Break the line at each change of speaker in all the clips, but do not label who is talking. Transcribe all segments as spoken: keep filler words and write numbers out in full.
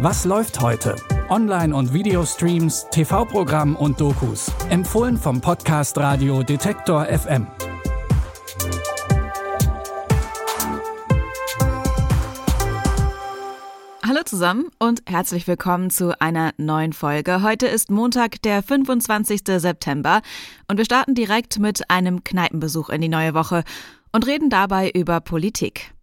Was läuft heute? Online- und Videostreams, T V-Programm und Dokus. Empfohlen vom Podcast Radio Detektor F M.
Hallo zusammen und herzlich willkommen zu einer neuen Folge. Heute ist Montag, der fünfundzwanzigster September und wir starten direkt mit einem Kneipenbesuch in die neue Woche und reden dabei über Politik.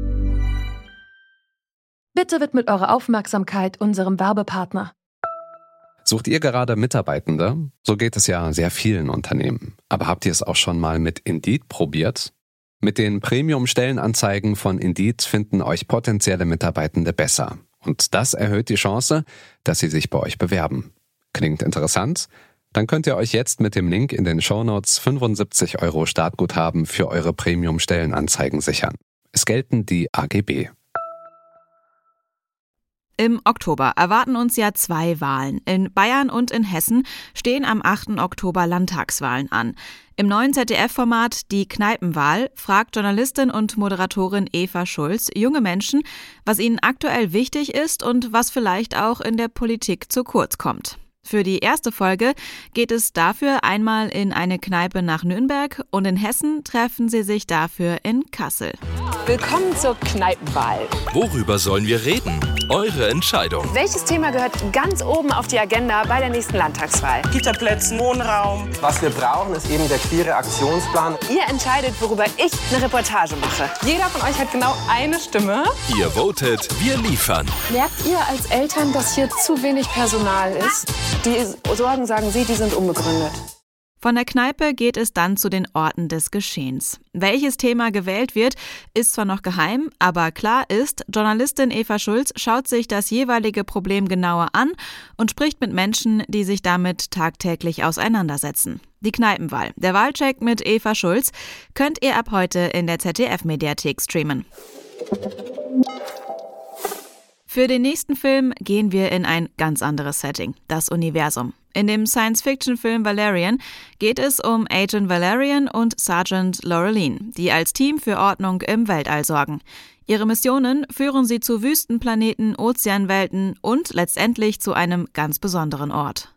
Bitte widmet eure Aufmerksamkeit unserem Werbepartner.
Sucht ihr gerade Mitarbeitende? So geht es ja sehr vielen Unternehmen. Aber habt ihr es auch schon mal mit Indeed probiert? Mit den Premium-Stellenanzeigen von Indeed finden euch potenzielle Mitarbeitende besser. Und das erhöht die Chance, dass sie sich bei euch bewerben. Klingt interessant? Dann könnt ihr euch jetzt mit dem Link in den Shownotes fünfundsiebzig Euro Startguthaben für eure Premium-Stellenanzeigen sichern. Es gelten die A G B.
Im Oktober erwarten uns ja zwei Wahlen. In Bayern und in Hessen stehen am achten Oktober Landtagswahlen an. Im neuen Z D F-Format Die Kneipenwahl fragt Journalistin und Moderatorin Eva Schulz junge Menschen, was ihnen aktuell wichtig ist und was vielleicht auch in der Politik zu kurz kommt. Für die erste Folge geht es dafür einmal in eine Kneipe nach Nürnberg und in Hessen treffen sie sich dafür in Kassel.
Willkommen zur Kneipenwahl.
Worüber sollen wir reden? Eure Entscheidung.
Welches Thema gehört ganz oben auf die Agenda bei der nächsten Landtagswahl?
Kita-Plätzen, Wohnraum.
Was wir brauchen, ist eben der queere Aktionsplan.
Ihr entscheidet, worüber ich eine Reportage mache.
Jeder von euch hat genau eine Stimme.
Ihr votet, wir liefern.
Merkt ihr als Eltern, dass hier zu wenig Personal ist?
Die Sorgen, sagen Sie, die sind unbegründet.
Von der Kneipe geht es dann zu den Orten des Geschehens. Welches Thema gewählt wird, ist zwar noch geheim, aber klar ist, Journalistin Eva Schulz schaut sich das jeweilige Problem genauer an und spricht mit Menschen, die sich damit tagtäglich auseinandersetzen. Die Kneipenwahl, der Wahlcheck mit Eva Schulz, könnt ihr ab heute in der Z D F-Mediathek streamen. Für den nächsten Film gehen wir in ein ganz anderes Setting, das Universum. In dem Science-Fiction-Film Valerian geht es um Agent Valerian und Sergeant Laureline, die als Team für Ordnung im Weltall sorgen. Ihre Missionen führen sie zu Wüstenplaneten, Ozeanwelten und letztendlich zu einem ganz besonderen Ort.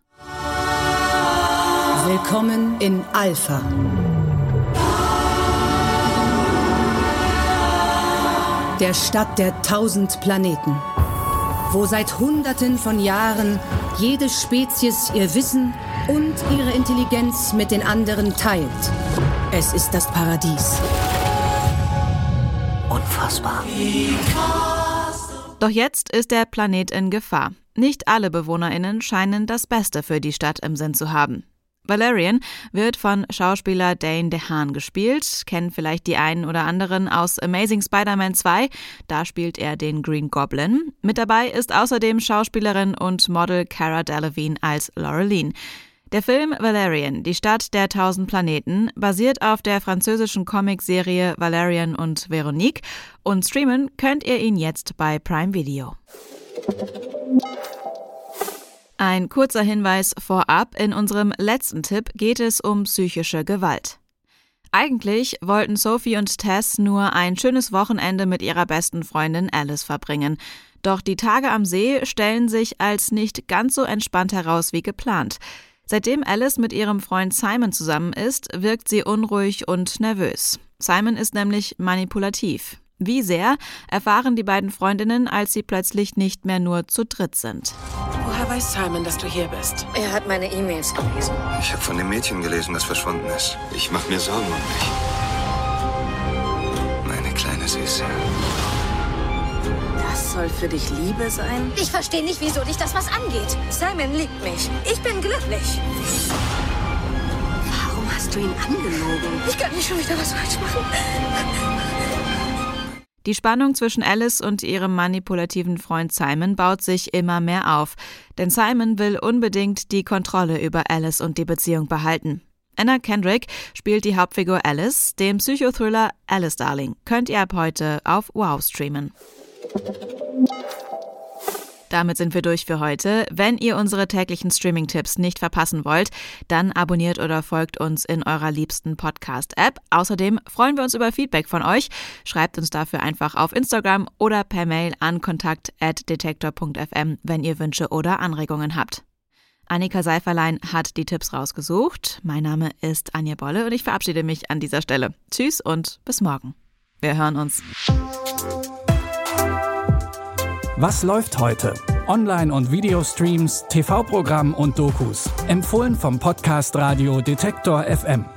Willkommen in Alpha. Der Stadt der tausend Planeten, wo seit Hunderten von Jahren jede Spezies ihr Wissen und ihre Intelligenz mit den anderen teilt. Es ist das Paradies.
Unfassbar.
Doch jetzt ist der Planet in Gefahr. Nicht alle BewohnerInnen scheinen das Beste für die Stadt im Sinn zu haben. Valerian wird von Schauspieler Dane DeHaan gespielt, kennen vielleicht die einen oder anderen aus Amazing Spider-Man zwei, da spielt er den Green Goblin. Mit dabei ist außerdem Schauspielerin und Model Cara Delevingne als Laureline. Der Film Valerian, die Stadt der tausend Planeten, basiert auf der französischen Comicserie Valerian und Veronique und streamen könnt ihr ihn jetzt bei Prime Video. Ein kurzer Hinweis vorab, in unserem letzten Tipp geht es um psychische Gewalt. Eigentlich wollten Sophie und Tess nur ein schönes Wochenende mit ihrer besten Freundin Alice verbringen. Doch die Tage am See stellen sich als nicht ganz so entspannt heraus wie geplant. Seitdem Alice mit ihrem Freund Simon zusammen ist, wirkt sie unruhig und nervös. Simon ist nämlich manipulativ. Wie sehr, erfahren die beiden Freundinnen, als sie plötzlich nicht mehr nur zu dritt sind.
Woher weiß Simon, dass du hier bist?
Er hat meine E-Mails gelesen.
Ich habe von dem Mädchen gelesen, das verschwunden ist. Ich mache mir Sorgen um dich. Meine kleine Süße.
Das soll für dich Liebe sein?
Ich verstehe nicht, wieso dich das was angeht. Simon liebt mich. Ich bin glücklich.
Warum hast du ihn angelogen?
Ich kann nicht schon wieder was falsch machen.
Die Spannung zwischen Alice und ihrem manipulativen Freund Simon baut sich immer mehr auf, denn Simon will unbedingt die Kontrolle über Alice und die Beziehung behalten. Anna Kendrick spielt die Hauptfigur Alice, den Psychothriller Alice Darling könnt ihr ab heute auf Wow streamen. Damit sind wir durch für heute. Wenn ihr unsere täglichen Streaming-Tipps nicht verpassen wollt, dann abonniert oder folgt uns in eurer liebsten Podcast-App. Außerdem freuen wir uns über Feedback von euch. Schreibt uns dafür einfach auf Instagram oder per Mail an kontakt at detektor punkt f m, wenn ihr Wünsche oder Anregungen habt. Annika Seiferlein hat die Tipps rausgesucht. Mein Name ist Anja Bolle und ich verabschiede mich an dieser Stelle. Tschüss und bis morgen. Wir hören uns.
Was läuft heute? Online- und Videostreams, T V-Programm und Dokus. Empfohlen vom Podcast Radio Detektor F M.